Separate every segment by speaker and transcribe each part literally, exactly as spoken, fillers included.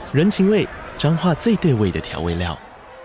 Speaker 1: 人情味，彰化最对味的调味料。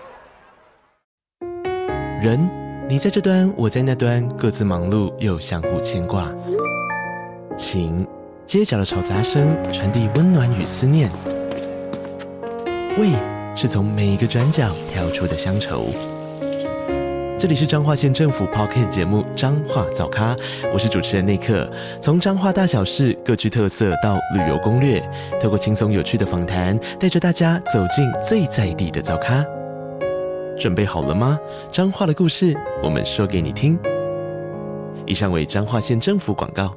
Speaker 1: 人，你在这端，我在那端，各自忙碌又相互牵挂。情，街角的吵杂声传递温暖与思念。味，是从每一个转角跳出的乡愁。这里是彰化县政府 Podcast 节目《彰化早咖》，我是主持人内克。从彰化大小事各具特色到旅游攻略，透过轻松有趣的访谈，带着大家走进最在地的早咖。准备好了吗？彰化的故事，我们说给你听。以上为彰化县政府广告。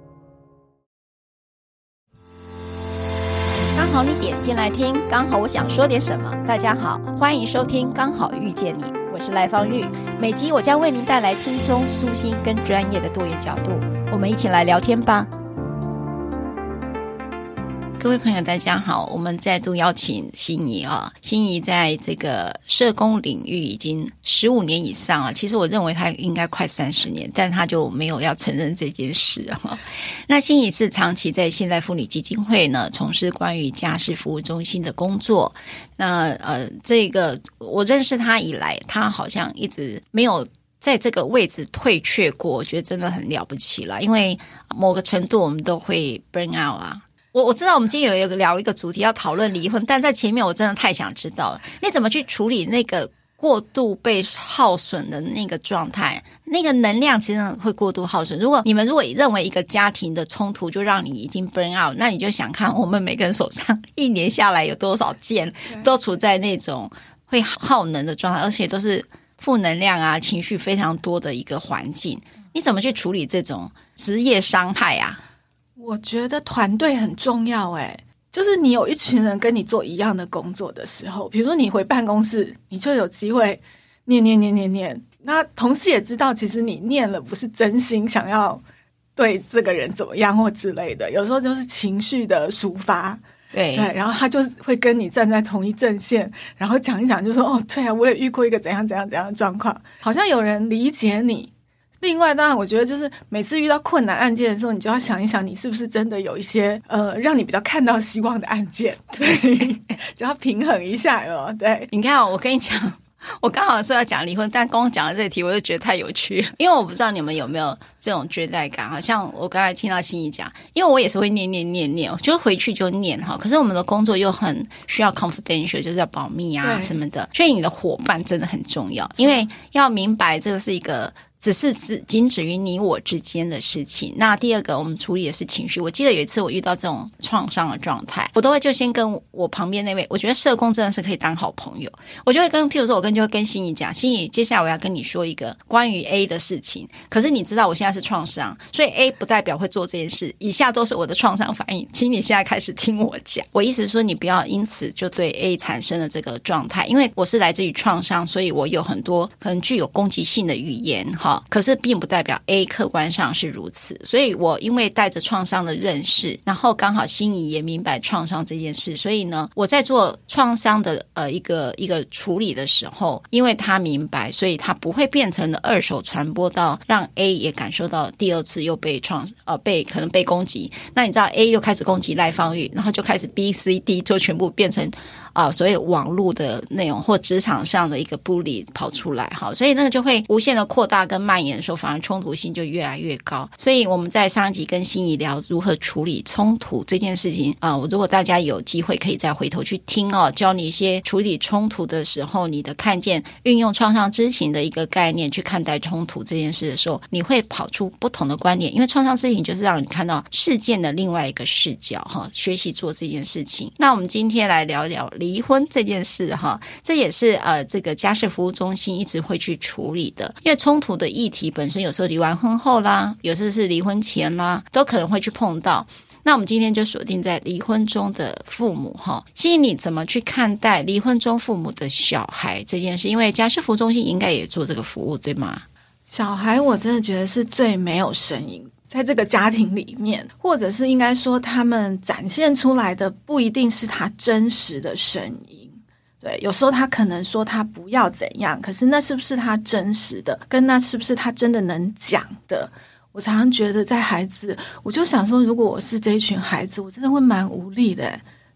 Speaker 2: 刚好你点进来听，刚好我想说点什么。大家好，欢迎收听《刚好遇见你》，我是赖芳玉。每集我将为您带来轻松、舒心跟专业的多元角度，我们一起来聊天吧。各位朋友大家好，我们再度邀请心怡啊，心怡在这个社工领域已经十五年以上了，其实我认为他应该快三十年，但他就没有要承认这件事啊。那心怡是长期在现代妇女基金会呢从事关于家事服务中心的工作。那呃，这个我认识他以来，他好像一直没有在这个位置退却过，我觉得真的很了不起了，因为某个程度我们都会 burn out 啊。我我知道我们今天有一个聊一个主题要讨论离婚，但在前面我真的太想知道了，你怎么去处理那个过度被耗损的那个状态？那个能量其实会过度耗损。如果你们如果认为一个家庭的冲突就让你已经 burn out， 那你就想看我们每个人手上一年下来有多少件都处在那种会耗能的状态，而且都是负能量啊情绪非常多的一个环境。你怎么去处理这种职业伤害啊？
Speaker 3: 我觉得团队很重要诶，就是你有一群人跟你做一样的工作的时候，比如说你回办公室，你就有机会念念念念念，那同事也知道其实你念了不是真心想要对这个人怎么样或之类的，有时候就是情绪的抒发。
Speaker 2: 对
Speaker 3: 对，然后他就会跟你站在同一阵线，然后讲一讲就说哦对啊，我也遇过一个怎样怎样怎样的状况，好像有人理解你。另外当然我觉得就是每次遇到困难案件的时候，你就要想一想你是不是真的有一些呃让你比较看到希望的案件，对，就要平衡一下了。对，
Speaker 2: 你看我跟你讲，我刚好说要讲离婚，但光讲了这个题我就觉得太有趣了，因为我不知道你们有没有这种倦怠感。好像我刚才听到心怡讲，因为我也是会念念念念，就回去就念哈。可是我们的工作又很需要 confidential， 就是要保密啊什么的，所以你的伙伴真的很重要，因为要明白这个是一个只是只仅止于你我之间的事情。那第二个我们处理的是情绪。我记得有一次我遇到这种创伤的状态，我都会就先跟我旁边那位，我觉得社工真的是可以当好朋友，我就会跟譬如说我跟就会跟心怡讲，心怡接下来我要跟你说一个关于 A 的事情，可是你知道我现在是创伤，所以 A 不代表会做这件事，以下都是我的创伤反应，请你现在开始听我讲。我意思是说你不要因此就对 A 产生了这个状态，因为我是来自于创伤，所以我有很多可能具有攻击性的语言，可是并不代表 A 客观上是如此。所以我因为带着创伤的认识，然后刚好心怡也明白创伤这件事，所以呢我在做创伤的呃一个一个处理的时候，因为他明白，所以他不会变成了二手传播到让 A 也感受到第二次又被创呃被可能被攻击。那你知道 A 又开始攻击赖芳玉，然后就开始 B C D 就全部变成啊、呃，所谓网络的内容或职场上的一个bully跑出来哈，所以那个就会无限的扩大跟蔓延的时候，反而冲突性就越来越高。所以我们在上一集跟心怡聊如何处理冲突这件事情啊、呃，如果大家有机会可以再回头去听哦，教你一些处理冲突的时候，你的看见运用创伤知情的一个概念去看待冲突这件事的时候，你会跑出不同的观点，因为创伤知情就是让你看到事件的另外一个视角哈，学习做这件事情。那我们今天来聊聊离婚这件事哈，这也是呃这个家事服务中心一直会去处理的，因为冲突的议题本身有时候离完婚后啦，有时候是离婚前啦，都可能会去碰到。那我们今天就锁定在离婚中的父母哈，心怡你怎么去看待离婚中父母的小孩这件事？因为家事服务中心应该也做这个服务对吗？
Speaker 3: 小孩我真的觉得是最没有声音，在这个家庭里面，或者是应该说他们展现出来的不一定是他真实的声音。对，有时候他可能说他不要怎样，可是那是不是他真实的，跟那是不是他真的能讲的。我常常觉得在孩子，我就想说如果我是这一群孩子，我真的会蛮无力的。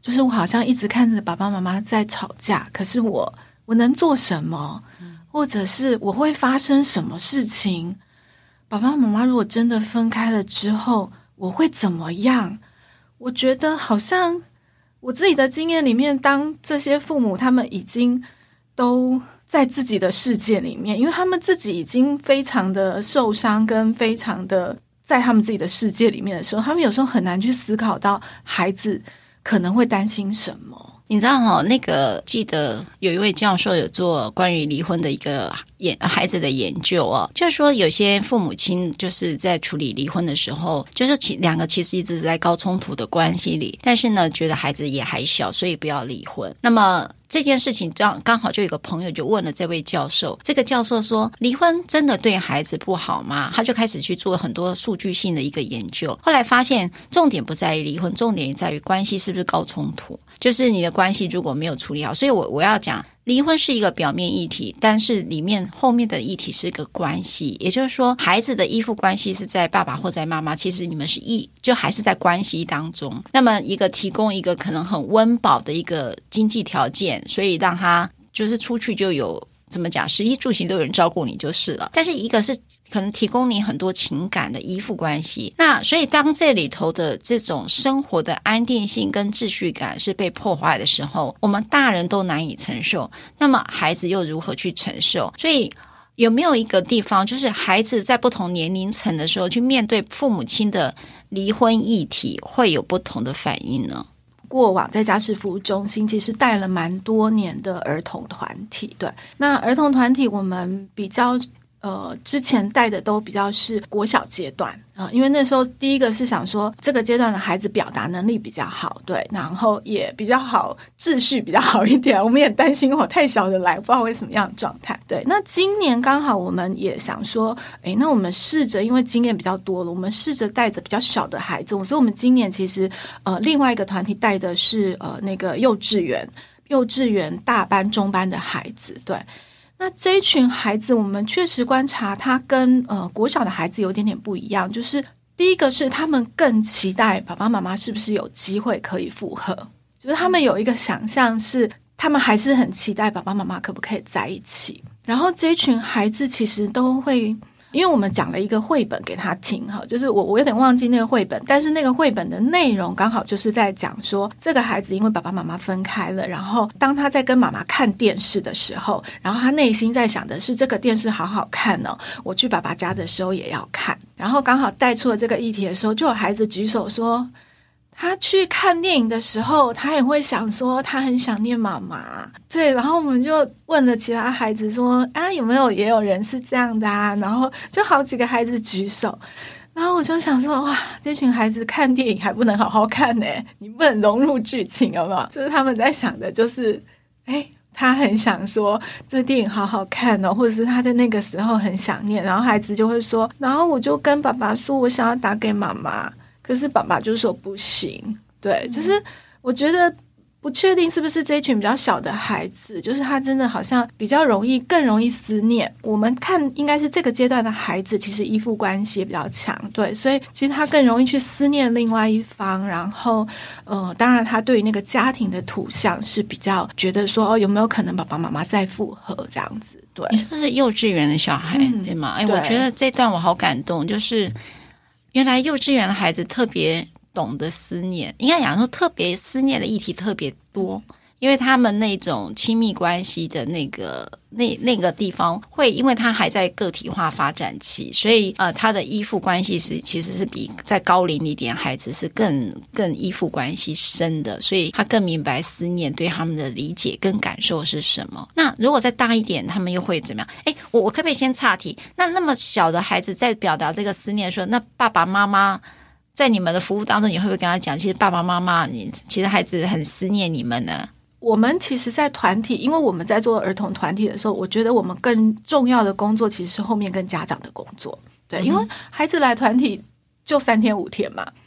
Speaker 3: 就是我好像一直看着爸爸妈妈在吵架，可是我我能做什么？或者是我会发生什么事情？爸爸妈妈如果真的分开了之后，我会怎么样？我觉得好像我自己的经验里面，当这些父母他们已经都在自己的世界里面，因为他们自己已经非常的受伤跟非常的在他们自己的世界里面的时候，他们有时候很难去思考到孩子可能会担心什么。
Speaker 2: 你知道哦，那个记得有一位教授有做关于离婚的一个研孩子的研究哦，就是说有些父母亲就是在处理离婚的时候，就是其两个其实一直在高冲突的关系里，但是呢觉得孩子也还小，所以不要离婚。那么这件事情刚好就有个朋友就问了这位教授，这个教授说离婚真的对孩子不好吗？他就开始去做很多数据性的一个研究，后来发现重点不在于离婚，重点也在于关系是不是高冲突，就是你的关系如果没有处理好。所以我我要讲离婚是一个表面议题，但是里面后面的议题是一个关系，也就是说孩子的依附关系是在爸爸或在妈妈，其实你们是一就还是在关系当中。那么一个提供一个可能很温饱的一个经济条件，所以让他就是出去就有怎么讲，食衣住行都有人照顾你就是了。但是一个是可能提供你很多情感的依附关系，那所以当这里头的这种生活的安定性跟秩序感是被破坏的时候，我们大人都难以承受，那么孩子又如何去承受？所以有没有一个地方，就是孩子在不同年龄层的时候去面对父母亲的离婚议题会有不同的反应呢？
Speaker 3: 过往在家事服务中心其实带了蛮多年的儿童团体，对，那儿童团体我们比较呃之前带的都比较是国小阶段啊、呃，因为那时候第一个是想说这个阶段的孩子表达能力比较好，对，然后也比较好，秩序比较好一点，我们也担心我太小的来不知道会什么样的状态。对，那今年刚好我们也想说，诶，那我们试着，因为经验比较多了，我们试着带着比较小的孩子，所以我们今年其实呃另外一个团体带的是呃那个幼稚园幼稚园大班中班的孩子，对。那这一群孩子我们确实观察他跟呃国小的孩子有点点不一样，就是第一个是他们更期待爸爸妈妈是不是有机会可以复合，就是他们有一个想象是他们还是很期待爸爸妈妈可不可以在一起。然后这一群孩子其实都会，因为我们讲了一个绘本给他听哈，就是我我有点忘记那个绘本，但是那个绘本的内容刚好就是在讲说，这个孩子因为爸爸妈妈分开了，然后当他在跟妈妈看电视的时候，然后他内心在想的是这个电视好好看哦，我去爸爸家的时候也要看。然后刚好带出了这个议题的时候，就有孩子举手说，他去看电影的时候他也会想说他很想念妈妈。对，然后我们就问了其他孩子说啊，有没有也有人是这样的啊，然后就好几个孩子举手，然后我就想说哇，这群孩子看电影还不能好好看呢，你不能融入剧情好不好？就是他们在想的就是诶他很想说这电影好好看哦，或者是他在那个时候很想念，然后孩子就会说，然后我就跟爸爸说我想要打给妈妈，可是爸爸就说不行。对，就是我觉得不确定是不是这一群比较小的孩子，就是他真的好像比较容易更容易思念。我们看应该是这个阶段的孩子其实依附关系也比较强，对，所以其实他更容易去思念另外一方，然后呃，当然他对于那个家庭的图像是比较觉得说哦，有没有可能爸爸妈妈再复合这样子。对，
Speaker 2: 你说是幼稚园的小孩、嗯、对吗？哎，我觉得这段我好感动，就是原来幼稚园的孩子特别懂得思念，应该讲说特别思念的议题特别多，因为他们那种亲密关系的那个那那个地方会，因为他还在个体化发展期，所以呃，他的依附关系是其实是比在高龄一点孩子是更更依附关系深的，所以他更明白思念对他们的理解跟感受是什么。那如果再大一点，他们又会怎么样？诶，我我可不可以先岔题？那那么小的孩子在表达这个思念的时候，那爸爸妈妈在你们的服务当中，你会不会跟他讲，其实爸爸妈妈，你其实孩子很思念你们呢？
Speaker 3: 我们其实在团体，因为我们在做儿童团体的时候，我觉得我们更重要的工作其实是后面跟家长的工作。对，因为孩子来团体就三天五天嘛，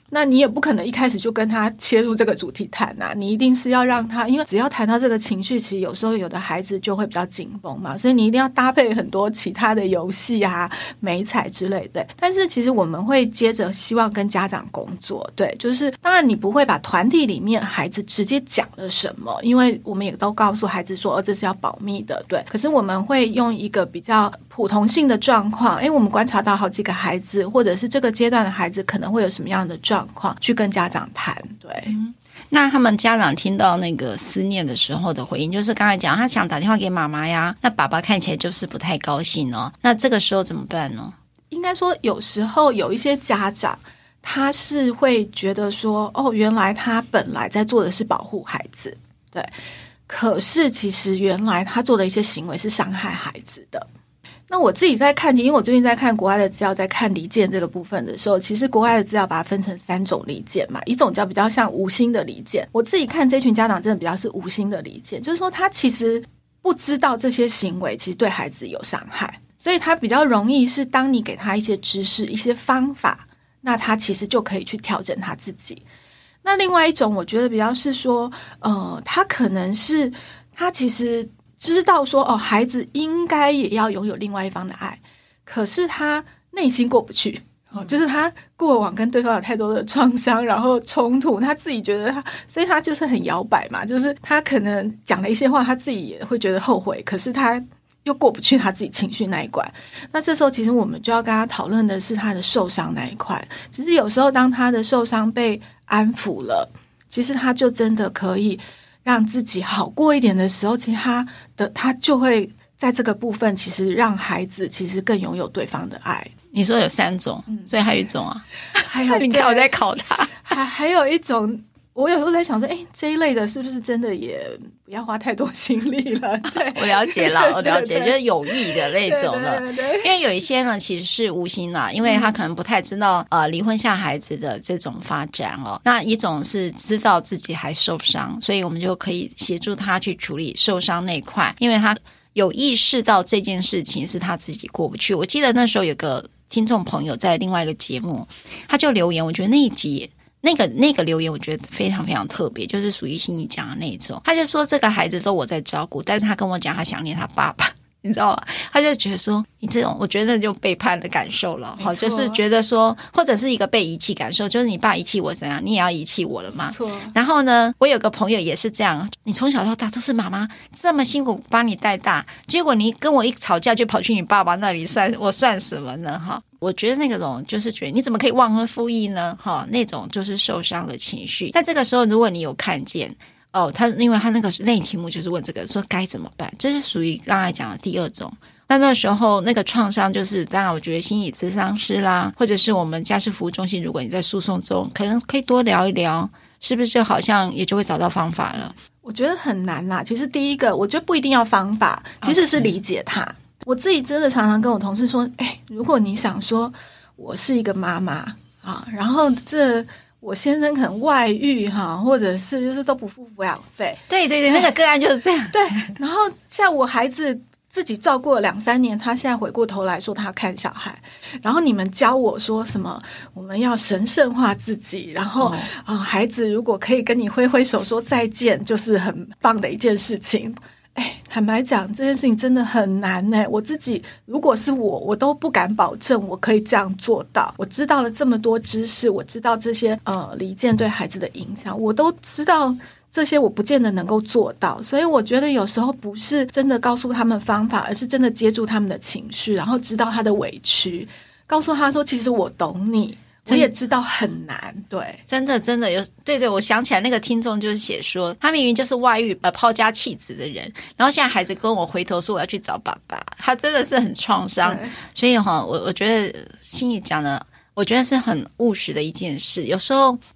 Speaker 3: 那你也不可能一开始就跟他切入这个主题谈啊，你一定是要让他，因为只要谈到这个情绪，其实有时候有的孩子就会比较紧绷嘛，所以你一定要搭配很多其他的游戏啊、美彩之类的。但是其实我们会接着希望跟家长工作，对，就是当然你不会把团体里面孩子直接讲了什么，因为我们也都告诉孩子说，哦，这是要保密的，对。可是我们会用一个比较普通性的状况，因为我们观察到好几个孩子，或者是这个阶段的孩子可能会有什么样的状况，去跟家长谈，对。
Speaker 2: 嗯，那他们家长听到那个思念的时候的回应，就是刚才讲他想打电话给妈妈呀，那爸爸看起来就是不太高兴哦，那这个时候怎么办呢？
Speaker 3: 应该说有时候有一些家长他是会觉得说，哦，原来他本来在做的是保护孩子，对，可是其实原来他做的一些行为是伤害孩子的。那我自己在看，因为我最近在看国外的资料，在看离间这个部分的时候，其实国外的资料把它分成三种离间嘛，一种叫比较像无心的离间，我自己看这群家长真的比较是无心的离间，就是说他其实不知道这些行为其实对孩子有伤害，所以他比较容易是当你给他一些知识、一些方法，那他其实就可以去调整他自己。那另外一种我觉得比较是说，呃，他可能是他其实知道说，哦，孩子应该也要拥有另外一方的爱，可是他内心过不去，哦，就是他过往跟对方有太多的创伤，然后冲突，他自己觉得他，所以他就是很摇摆嘛，就是他可能讲了一些话，他自己也会觉得后悔，可是他又过不去他自己情绪那一关。那这时候其实我们就要跟他讨论的是他的受伤那一块。其实有时候当他的受伤被安抚了，其实他就真的可以让自己好过一点的时候，其实他的他就会在这个部分其实让孩子其实更拥有对方的爱。
Speaker 2: 你说有三种，嗯，所以还有一种啊，
Speaker 3: 还有
Speaker 2: 你看我在考他，
Speaker 3: 还还有一种，我有时候在想说，哎，这一类的是不是真的也不要花太多心力了？对，
Speaker 2: 我了解了，我了解，就是有意的那种了。
Speaker 3: 对对对对，
Speaker 2: 因为有一些呢，其实是无心啦，因为他可能不太知道呃离婚下孩子的这种发展哦。那一种是知道自己还受伤，所以我们就可以协助他去处理受伤那一块，因为他有意识到这件事情是他自己过不去。我记得那时候有个听众朋友在另外一个节目，他就留言，我觉得那一集那个那个留言我觉得非常非常特别，就是属于心理讲的那一种。他就说这个孩子都我在照顾，但是他跟我讲他想念他爸爸，你知道吗？他就觉得说你这种，我觉得就背叛的感受了，好，就是觉得说，或者是一个被遗弃感受，就是你爸遗弃我怎样，你也要遗弃我了嘛。然后呢，我有个朋友也是这样，你从小到大都是妈妈这么辛苦把你带大，结果你跟我一吵架就跑去你爸爸那里，算我算什么呢？哈。我觉得那个种就是觉得你怎么可以忘恩负义呢？哈，那种就是受伤的情绪。那这个时候，如果你有看见哦，他因为他那个那题目就是问这个说该怎么办，这是属于刚才讲的第二种。那那时候那个创伤就是，当然我觉得心理咨商师啦，或者是我们家事服务中心，如果你在诉讼中，可能可以多聊一聊，是不是好像也就会找到方法了？
Speaker 3: 我觉得很难啦。其实第一个，我觉得不一定要方法，其实是理解他。Okay.我自己真的常常跟我同事说，哎，如果你想说我是一个妈妈啊，然后这我先生可能外遇哈，或者是就是都不付抚养费，
Speaker 2: 对对对，那个个案就是这样。
Speaker 3: 对，然后像我孩子自己照顾了两三年，他现在回过头来说他看小孩，然后你们教我说什么我们要神圣化自己，然后啊、哦呃，孩子如果可以跟你挥挥手说再见，就是很棒的一件事情。哎，坦白讲，这件事情真的很难呢。我自己如果是我，我都不敢保证我可以这样做到。我知道了这么多知识，我知道这些呃离间对孩子的影响，我都知道这些，我不见得能够做到。所以我觉得有时候不是真的告诉他们方法，而是真的接住他们的情绪，然后知道他的委屈，告诉他说，其实我懂你。我也知道很难，对，
Speaker 2: 真的真的有，对对，我想起来那个听众就是写说，他明明就是外遇呃抛家弃子的人，然后现在孩子跟我回头说我要去找爸爸，他真的是很创伤，所以哈，我我觉得心里讲的，我觉得是很务实的一件事。有时候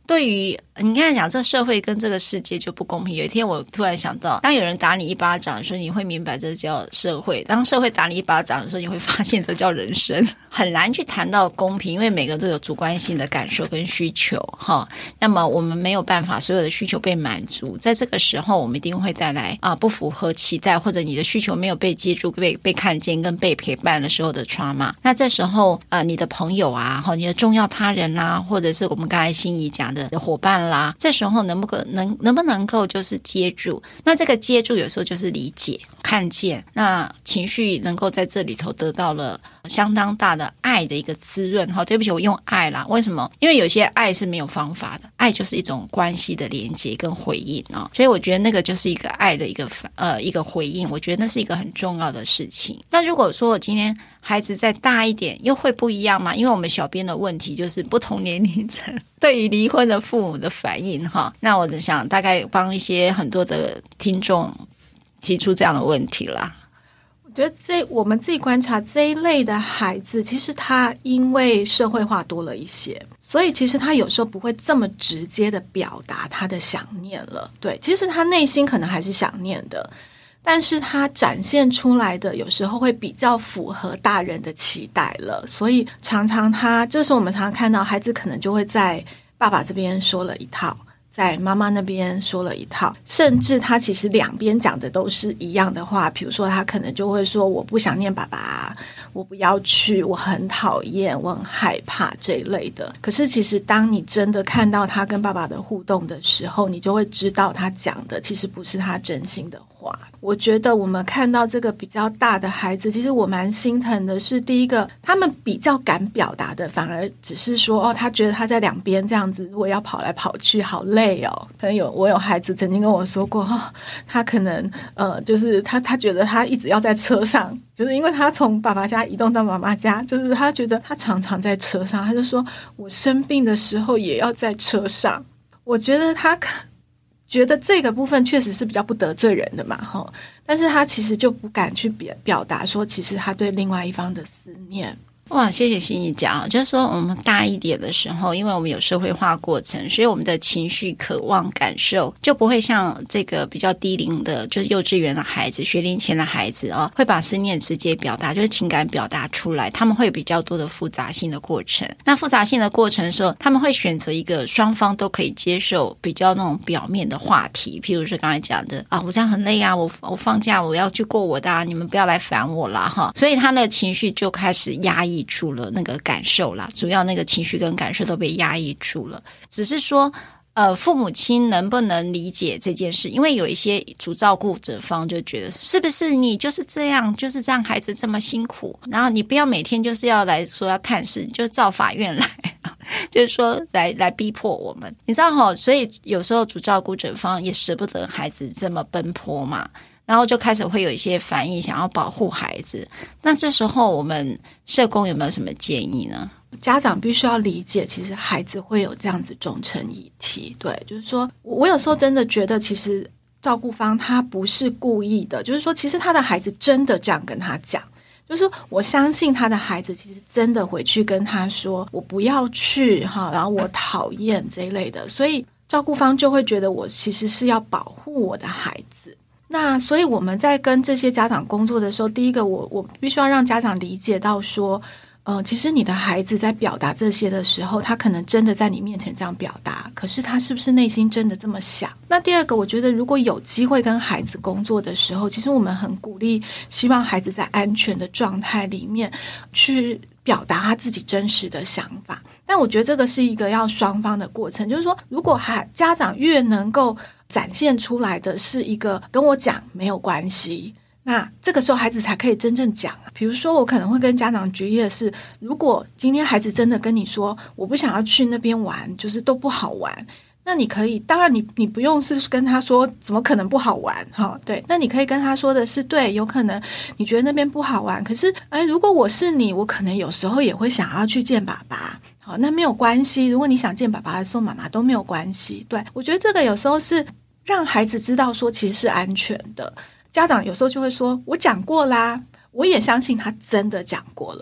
Speaker 2: 对于你刚才讲这社会跟这个世界就不公平，有一天我突然想到，当有人打你一巴掌的时候，你会明白这叫社会，当社会打你一巴掌的时候，你会发现这叫人生。很难去谈到公平，因为每个人都有主观性的感受跟需求哈。那么我们没有办法所有的需求被满足，在这个时候我们一定会带来啊不符合期待，或者你的需求没有被接住、被被看见跟被陪伴的时候的 trauma。那这时候呃你的朋友啊，你的重要他人啦、啊，或者是我们刚才心怡讲的伙伴啦，这时候能不能能不能够就是接住？那这个接住有时候就是理解、看见，那情绪能够在这里头得到了相当大的爱的一个滋润。好，对不起，我用爱啦，为什么？因为有些爱是没有方法的，爱就是一种关系的连接跟回应啊、哦，所以我觉得那个就是一个爱的一个呃一个回应，我觉得那是一个很重要的事情。那如果说我今天孩子再大一点，又会不一样吗？因为我们小编的问题就是不同年龄层对于离婚的父母的反应哈。那我想大概帮一些很多的听众提出这样的问题啦。
Speaker 3: 我觉得这我们自己观察这一类的孩子，其实他因为社会化多了一些，所以其实他有时候不会这么直接的表达他的想念了。对，其实他内心可能还是想念的，但是他展现出来的有时候会比较符合大人的期待了，所以常常他这时候我们常常看到孩子可能就会在爸爸这边说了一套，在妈妈那边说了一套，甚至他其实两边讲的都是一样的话，比如说他可能就会说我不想念爸爸，我不要去，我很讨厌，我很害怕这一类的。可是其实当你真的看到他跟爸爸的互动的时候，你就会知道他讲的其实不是他真心的话。我觉得我们看到这个比较大的孩子，其实我蛮心疼的是，第一个他们比较敢表达的反而只是说哦，他觉得他在两边这样子如果要跑来跑去好累哦。可能有我有孩子曾经跟我说过、哦、他可能呃就是他他觉得他一直要在车上，就是因为他从爸爸家移动到妈妈家，就是他觉得他常常在车上，他就说我生病的时候也要在车上。我觉得他觉得这个部分确实是比较不得罪人的嘛，但是他其实就不敢去表达说其实他对另外一方的思念。
Speaker 2: 哇，谢谢心怡讲，就是说我们大一点的时候，因为我们有社会化过程，所以我们的情绪渴望感受就不会像这个比较低龄的就是幼稚园的孩子学龄前的孩子哦，会把思念直接表达，就是情感表达出来，他们会有比较多的复杂性的过程。那复杂性的过程的时候，他们会选择一个双方都可以接受比较那种表面的话题，譬如说刚才讲的啊，我这样很累啊，我我放假我要去过我的啊，你们不要来烦我啦哈。所以他的情绪就开始压抑住了那个感受啦，主要那个情绪跟感受都被压抑住了。只是说呃，父母亲能不能理解这件事？因为有一些主照顾者方就觉得是不是你就是这样就是让孩子这么辛苦，然后你不要每天就是要来说要探视，就照法院来就是说来来逼迫我们，你知道齁，所以有时候主照顾者方也舍不得孩子这么奔波嘛，然后就开始会有一些反应，想要保护孩子。那这时候我们社工有没有什么建议呢？
Speaker 3: 家长必须要理解，其实孩子会有这样子忠诚议题。对，就是说我有时候真的觉得其实照顾方他不是故意的，就是说其实他的孩子真的这样跟他讲，就是说我相信他的孩子其实真的回去跟他说我不要去哈，然后我讨厌这一类的，所以照顾方就会觉得我其实是要保护我的孩子。那所以我们在跟这些家长工作的时候，第一个我我必须要让家长理解到说呃，其实你的孩子在表达这些的时候，他可能真的在你面前这样表达，可是他是不是内心真的这么想？那第二个，我觉得如果有机会跟孩子工作的时候，其实我们很鼓励希望孩子在安全的状态里面去表达他自己真实的想法。但我觉得这个是一个要双方的过程，就是说如果还家长越能够展现出来的是一个跟我讲没有关系，那这个时候孩子才可以真正讲。比如说我可能会跟家长举例的是，如果今天孩子真的跟你说我不想要去那边玩，就是都不好玩，那你可以当然你你不用是跟他说怎么可能不好玩哈，对，那你可以跟他说的是对，有可能你觉得那边不好玩，可是哎，如果我是你，我可能有时候也会想要去见爸爸，好，那没有关系，如果你想见爸爸的时候妈妈都没有关系。对，我觉得这个有时候是让孩子知道说其实是安全的。家长有时候就会说我讲过啦，我也相信他真的讲过了，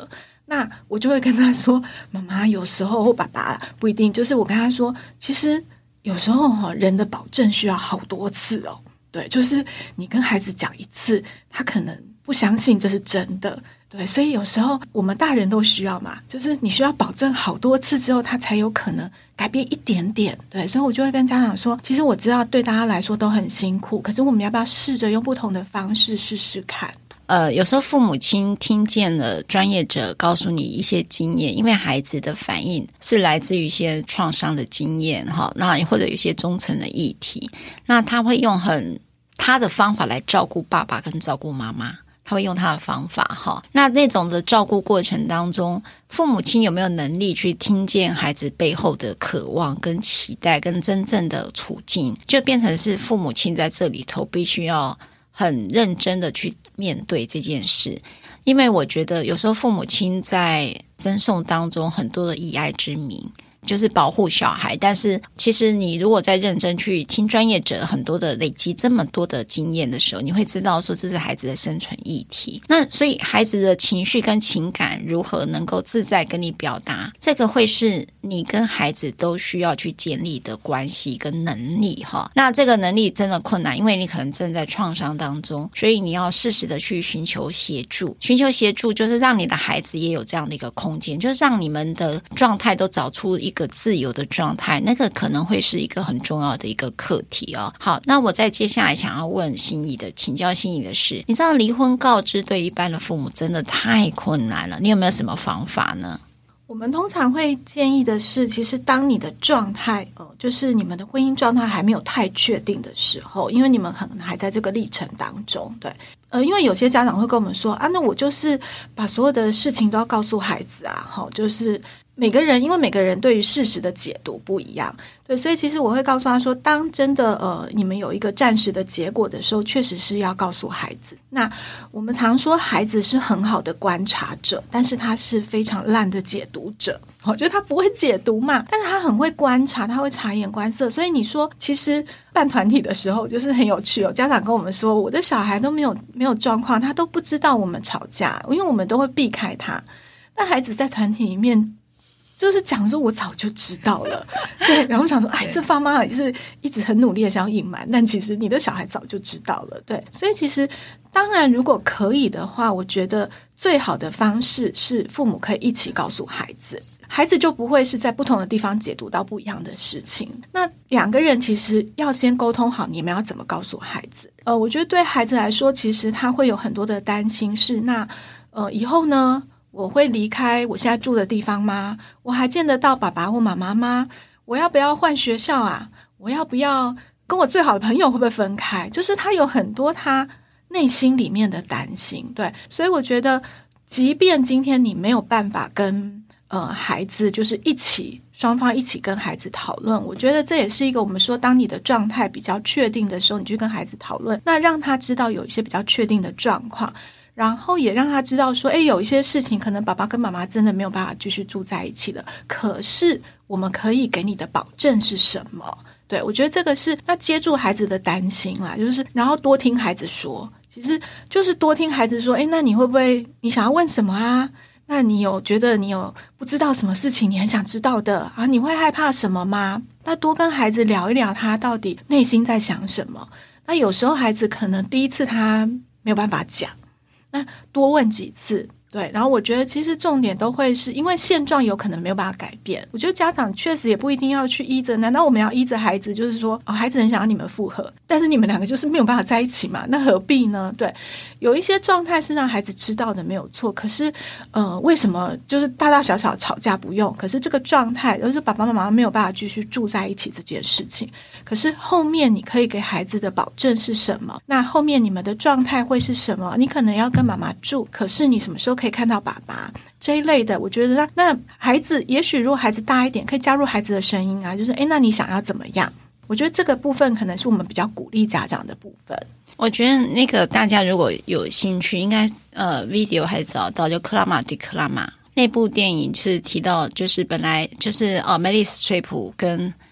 Speaker 3: 那我就会跟他说，妈妈有时候或爸爸不一定，就是我跟他说，其实有时候哈，人的保证需要好多次哦。对，就是你跟孩子讲一次，他可能不相信这是真的。对，所以有时候我们大人都需要嘛，就是你需要保证好多次之后，他才有可能改变一点点。对，所以我就会跟家长说，其实我知道对大家来说都很辛苦，可是我们要不要试着用不同的方式试试看？
Speaker 2: 呃，有时候父母亲听见了专业者告诉你一些经验，因为孩子的反应是来自于一些创伤的经验哈，那或者有一些中层的议题，那他会用很他的方法来照顾爸爸跟照顾妈妈。他会用他的方法哈，那那种的照顾过程当中，父母亲有没有能力去听见孩子背后的渴望跟期待跟真正的处境，就变成是父母亲在这里头必须要很认真的去面对这件事。因为我觉得有时候父母亲在赠送当中很多的以爱之名，就是保护小孩，但是其实你如果在认真去听专业者很多的累积这么多的经验的时候，你会知道说这是孩子的生存议题。那所以孩子的情绪跟情感如何能够自在跟你表达，这个会是你跟孩子都需要去建立的关系跟能力哈。那这个能力真的困难，因为你可能正在创伤当中，所以你要适时的去寻求协助。寻求协助就是让你的孩子也有这样的一个空间，就是让你们的状态都找出一个自由的状态，那个可能会是一个很重要的一个课题哦。好，那我再接下来想要问心怡的，请教心怡的是，你知道离婚告知对一般的父母真的太困难了，你有没有什么方法呢？
Speaker 3: 我们通常会建议的是，其实当你的状态呃，就是你们的婚姻状态还没有太确定的时候，因为你们可能还在这个历程当中，对，呃，因为有些家长会跟我们说啊，那我就是把所有的事情都要告诉孩子啊，齁，就是每个人因为每个人对于事实的解读不一样，对，所以其实我会告诉他说，当真的呃你们有一个暂时的结果的时候，确实是要告诉孩子。那我们常说孩子是很好的观察者，但是他是非常烂的解读者。我觉得他不会解读嘛，但是他很会观察，他会察言观色。所以你说其实办团体的时候就是很有趣哦，家长跟我们说我的小孩都没有没有状况，他都不知道我们吵架，因为我们都会避开他。但孩子在团体里面就是讲说我早就知道了，对，然后想说哎，这爸妈也是一直很努力的想要隐瞒，但其实你的小孩早就知道了，对，所以其实当然如果可以的话，我觉得最好的方式是父母可以一起告诉孩子，孩子就不会是在不同的地方解读到不一样的事情。那两个人其实要先沟通好你们要怎么告诉孩子。呃，我觉得对孩子来说，其实他会有很多的担心是，那呃以后呢我会离开我现在住的地方吗？我还见得到爸爸或妈妈吗？我要不要换学校啊？我要不要跟我最好的朋友会不会分开？就是他有很多他内心里面的担心，对，所以我觉得即便今天你没有办法跟呃孩子就是一起双方一起跟孩子讨论，我觉得这也是一个我们说当你的状态比较确定的时候，你去跟孩子讨论，那让他知道有一些比较确定的状况，然后也让他知道说，诶，有一些事情可能爸爸跟妈妈真的没有办法继续住在一起了，可是我们可以给你的保证是什么？对，我觉得这个是要接住孩子的担心啦，就是然后多听孩子说，其实就是多听孩子说，诶，那你会不会你想要问什么啊？那你有觉得你有不知道什么事情你很想知道的啊？你会害怕什么吗？那多跟孩子聊一聊他到底内心在想什么。那有时候孩子可能第一次他没有办法讲，那多问几次，对，然后我觉得其实重点都会是因为现状有可能没有办法改变，我觉得家长确实也不一定要去依着，难道我们要依着孩子就是说哦，孩子很想要你们复合，但是你们两个就是没有办法在一起嘛，那何必呢？对，有一些状态是让孩子知道的没有错，可是呃，为什么就是大大小小吵架不用，可是这个状态就是爸爸妈妈没有办法继续住在一起这件事情，可是后面你可以给孩子的保证是什么？那后面你们的状态会是什么？你可能要跟妈妈住，可是你什么时候可以看到爸爸这一类的？我觉得那那孩子也许如果孩子大一点，可以加入孩子的声音啊，就是诶，那你想要怎么样？我觉得这个部分可能是我们比较鼓励家长的部分。
Speaker 2: 我觉得那个大家如果有兴趣，应该呃 video 还找到，就克拉玛对克拉玛那部电影是提到，就是本来就是呃梅丽史翠普跟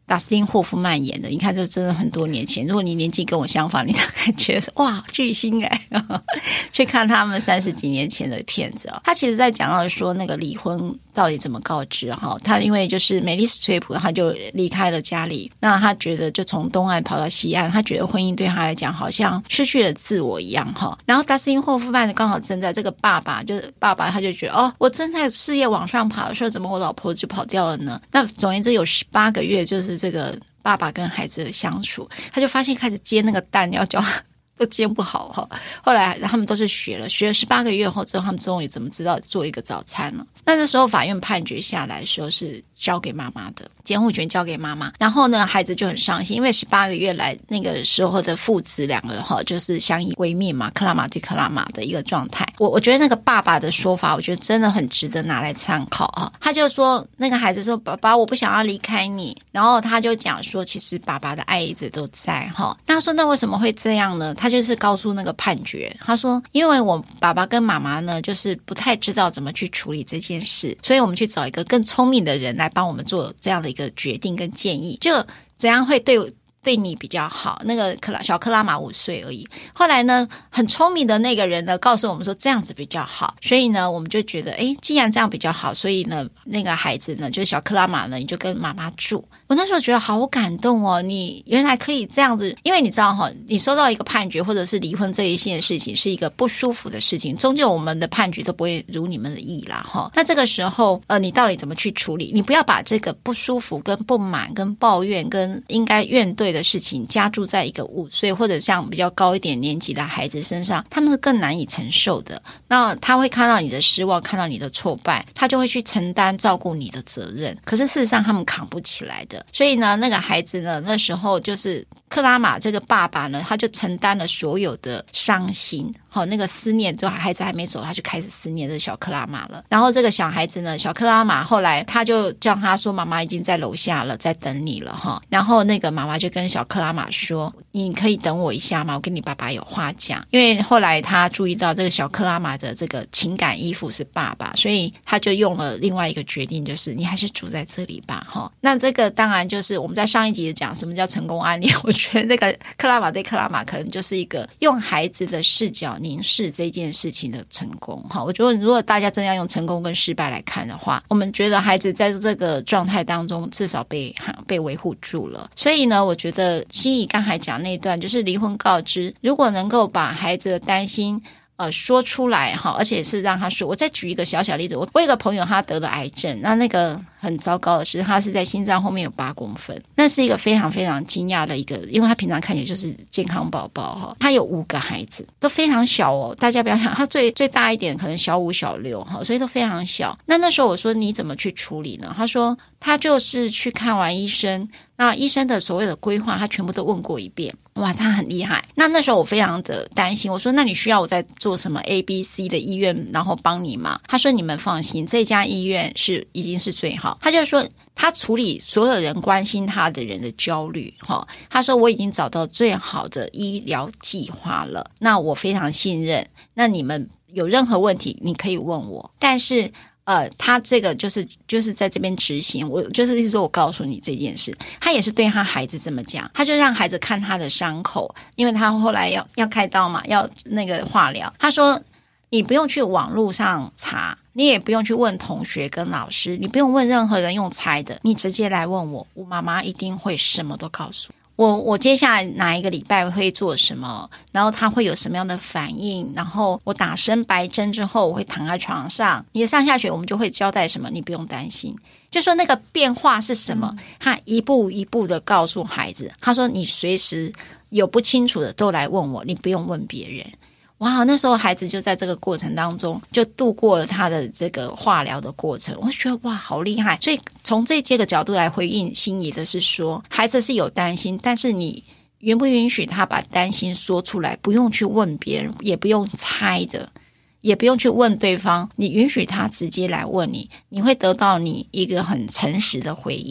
Speaker 2: 达斯汀霍夫曼演的，你看这真的很多年前，如果你年纪跟我相仿，你大概觉得哇巨星哎，去看他们三十几年前的片子哦。他其实在讲到说那个离婚到底怎么告知哈，他因为就是梅丽史翠普他就离开了家里，那他觉得就从东岸跑到西岸，他觉得婚姻对他来讲好像失去了自我一样哈。然后达斯汀霍夫曼刚好正在这个爸爸就是爸爸他就觉得哦，我正在事业往上跑的时候，怎么我老婆就跑掉了呢？那总而言之有十八个月就是这个爸爸跟孩子的相处，他就发现开始煎那个蛋要教他都煎不好哈。后来他们都是学了，学了十八个月后之后，他们终于怎么知道做一个早餐了？那那时候法院判决下来的时候是交给妈妈的，监护权交给妈妈。然后呢，孩子就很伤心，因为十八个月来那个时候的父子两个哈，就是相依为命嘛，克拉玛对克拉玛的一个状态。我我觉得那个爸爸的说法，我觉得真的很值得拿来参考啊。他就说那个孩子说：“爸爸，我不想要离开你。”然后他就讲说，其实爸爸的爱一直都在哈。那他说那为什么会这样呢？他就是告诉那个判决，他说因为我爸爸跟妈妈呢，就是不太知道怎么去处理这件事，所以我们去找一个更聪明的人来帮我们做这样的一个决定跟建议，就怎样会对对你比较好。那个克拉小克拉玛五岁而已，后来呢很聪明的那个人呢告诉我们说这样子比较好，所以呢我们就觉得诶既然这样比较好，所以呢那个孩子呢就是小克拉玛呢你就跟妈妈住。我那时候觉得好感动哦，你原来可以这样子，因为你知道哈，你收到一个判决或者是离婚这一件事情是一个不舒服的事情，终究我们的判决都不会如你们的意啦哈。那这个时候呃，你到底怎么去处理？你不要把这个不舒服跟不满跟抱怨跟应该怨怼的事情加注在一个五岁或者像比较高一点年纪的孩子身上，他们是更难以承受的。那他会看到你的失望，看到你的挫败，他就会去承担照顾你的责任，可是事实上他们扛不起来的。所以呢那个孩子呢那时候就是克拉玛这个爸爸呢，他就承担了所有的伤心，好，那个思念，就孩子还没走他就开始思念这小克拉玛了。然后这个小孩子呢，小克拉玛后来他就叫他说妈妈已经在楼下了，在等你了哈。然后那个妈妈就跟小克拉玛说你可以等我一下吗？我跟你爸爸有话讲。因为后来他注意到这个小克拉玛的这个情感依附是爸爸，所以他就用了另外一个决定，就是你还是住在这里吧哈。那这个当然就是我们在上一集讲什么叫成功案例，我觉得那个克拉玛对克拉玛可能就是一个用孩子的视角凝视这件事情的成功哈。我觉得如果大家真要用成功跟失败来看的话，我们觉得孩子在这个状态当中至少被被维护住了。所以呢我觉得心怡刚才讲那段就是离婚告知，如果能够把孩子的担心呃，说出来哈，而且是让他说。我再举一个小小例子，我我有个朋友他得了癌症，那那个很糟糕的是他是在心脏后面有八公分，那是一个非常非常惊讶的一个，因为他平常看起来就是健康宝宝哈。他有五个孩子都非常小哦，大家不要想他最最大一点可能小五小六哈，所以都非常小。那那时候我说你怎么去处理呢？他说他就是去看完医生，那医生的所谓的规划他全部都问过一遍，哇他很厉害。那那时候我非常的担心，我说那你需要我在做什么 A B C 的医院然后帮你吗？他说你们放心，这家医院是已经是最好。他就说他处理所有人关心他的人的焦虑，他说我已经找到最好的医疗计划了，那我非常信任，那你们有任何问题你可以问我，但是呃，他这个就是就是在这边执行，我就是意思说我告诉你这件事。他也是对他孩子这么讲，他就让孩子看他的伤口，因为他后来要要开刀嘛，要那个化疗。他说你不用去网络上查，你也不用去问同学跟老师，你不用问任何人用猜的，你直接来问我，我妈妈一定会什么都告诉我，我接下来哪一个礼拜会做什么，然后他会有什么样的反应，然后我打深白针之后我会躺在床上，你的上下学我们就会交代什么，你不用担心，就说那个变化是什么，他一步一步的告诉孩子。他说你随时有不清楚的都来问我，你不用问别人。哇，那时候孩子就在这个过程当中就度过了他的这个化疗的过程，我就觉得哇好厉害。所以从这这个角度来回应心怡的是说，孩子是有担心，但是你允不允许他把担心说出来，不用去问别人，也不用猜的，也不用去问对方，你允许他直接来问你，你会得到你一个很诚实的回应，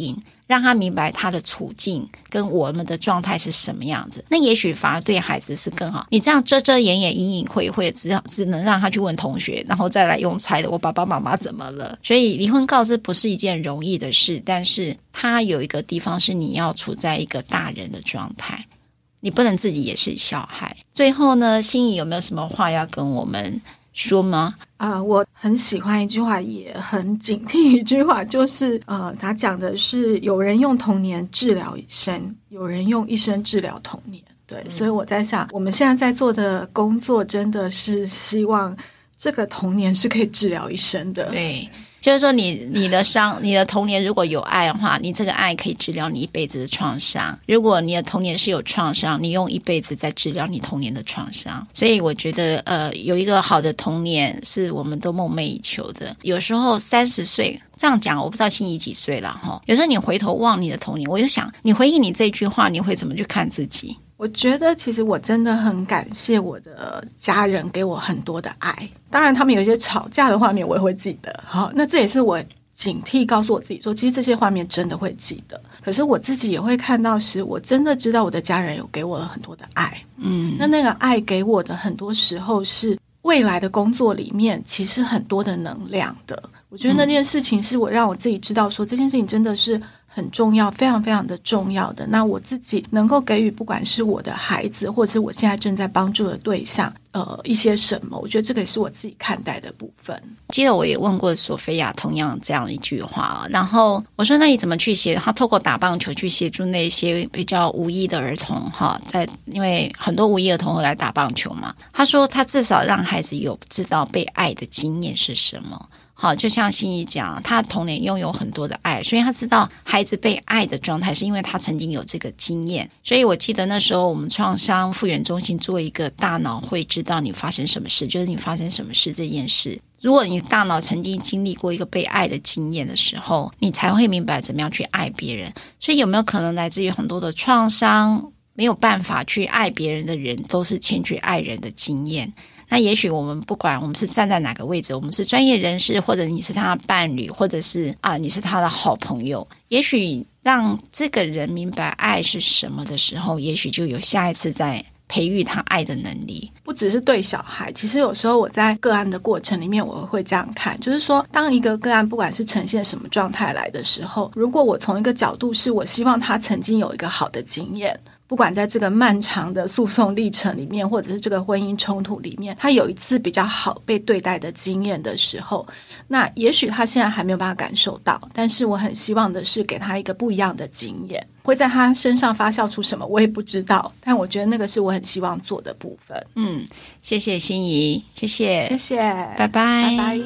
Speaker 2: 让他明白他的处境跟我们的状态是什么样子，那也许反而对孩子是更好。你这样遮遮掩掩隐隐晦晦，只只能让他去问同学，然后再来用猜的我爸爸妈妈怎么了。所以离婚告知不是一件容易的事，但是它有一个地方是你要处在一个大人的状态，你不能自己也是小孩。最后呢，心怡有没有什么话要跟我们说吗？
Speaker 3: 呃，我很喜欢一句话，也很警惕一句话，就是呃，他讲的是有人用童年治疗一生，有人用一生治疗童年。对，嗯、所以我在想，我们现在在做的工作，真的是希望这个童年是可以治疗一生的。
Speaker 2: 对。就是说你你的伤你的童年如果有爱的话，你这个爱可以治疗你一辈子的创伤。如果你的童年是有创伤，你用一辈子在治疗你童年的创伤。所以我觉得呃，有一个好的童年是我们都梦寐以求的。有时候三十岁这样讲，我不知道心怡几岁了齁。有时候你回头望你的童年，我就想你回忆你这句话，你会怎么去看自己？
Speaker 3: 我觉得其实我真的很感谢我的家人给我很多的爱，当然他们有一些吵架的画面我也会记得，好，那这也是我警惕告诉我自己说，其实这些画面真的会记得。可是我自己也会看到时，我真的知道我的家人有给我很多的爱，嗯，那那个爱给我的很多时候是未来的工作里面其实很多的能量的。我觉得那件事情是我让我自己知道说，这件事情真的是很重要，非常非常的重要的。那我自己能够给予不管是我的孩子或者是我现在正在帮助的对象呃，一些什么，我觉得这个也是我自己看待的部分。
Speaker 2: 记得我也问过索菲亚同样这样一句话，然后我说那你怎么去协他透过打棒球去协助那些比较无依的儿童哈，在因为很多无依儿童会来打棒球嘛，他说他至少让孩子有知道被爱的经验是什么。好，就像心怡讲，他童年拥有很多的爱，所以他知道孩子被爱的状态是因为他曾经有这个经验。所以我记得那时候我们创伤复原中心做一个大脑会知道你发生什么事，就是你发生什么事这件事。如果你大脑曾经经历过一个被爱的经验的时候，你才会明白怎么样去爱别人。所以有没有可能来自于很多的创伤，没有办法去爱别人的人，都是欠缺爱人的经验。那也许我们不管我们是站在哪个位置，我们是专业人士，或者你是他的伴侣，或者是啊你是他的好朋友，也许让这个人明白爱是什么的时候，也许就有下一次再培育他爱的能力。
Speaker 3: 不只是对小孩，其实有时候我在个案的过程里面我会这样看，就是说当一个个案不管是呈现什么状态来的时候，如果我从一个角度是我希望他曾经有一个好的经验，不管在这个漫长的诉讼历程里面，或者是这个婚姻冲突里面，他有一次比较好被对待的经验的时候，那也许他现在还没有办法感受到，但是我很希望的是给他一个不一样的经验，会在他身上发酵出什么我也不知道，但我觉得那个是我很希望做的部分。
Speaker 2: 嗯，谢谢心怡，谢谢，
Speaker 3: 谢谢，
Speaker 2: 拜拜，
Speaker 3: 拜拜。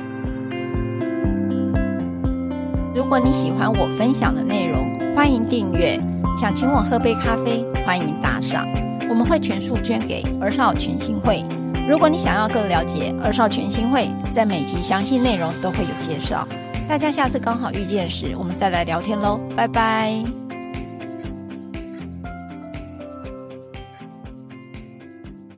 Speaker 2: 如果你喜欢我分享的内容，欢迎订阅。想请我喝杯咖啡，欢迎打赏，我们会全数捐给儿少全心会。如果你想要更了解儿少全心会，在每集详细内容都会有介绍。大家下次刚好遇见时，我们再来聊天咯，拜拜。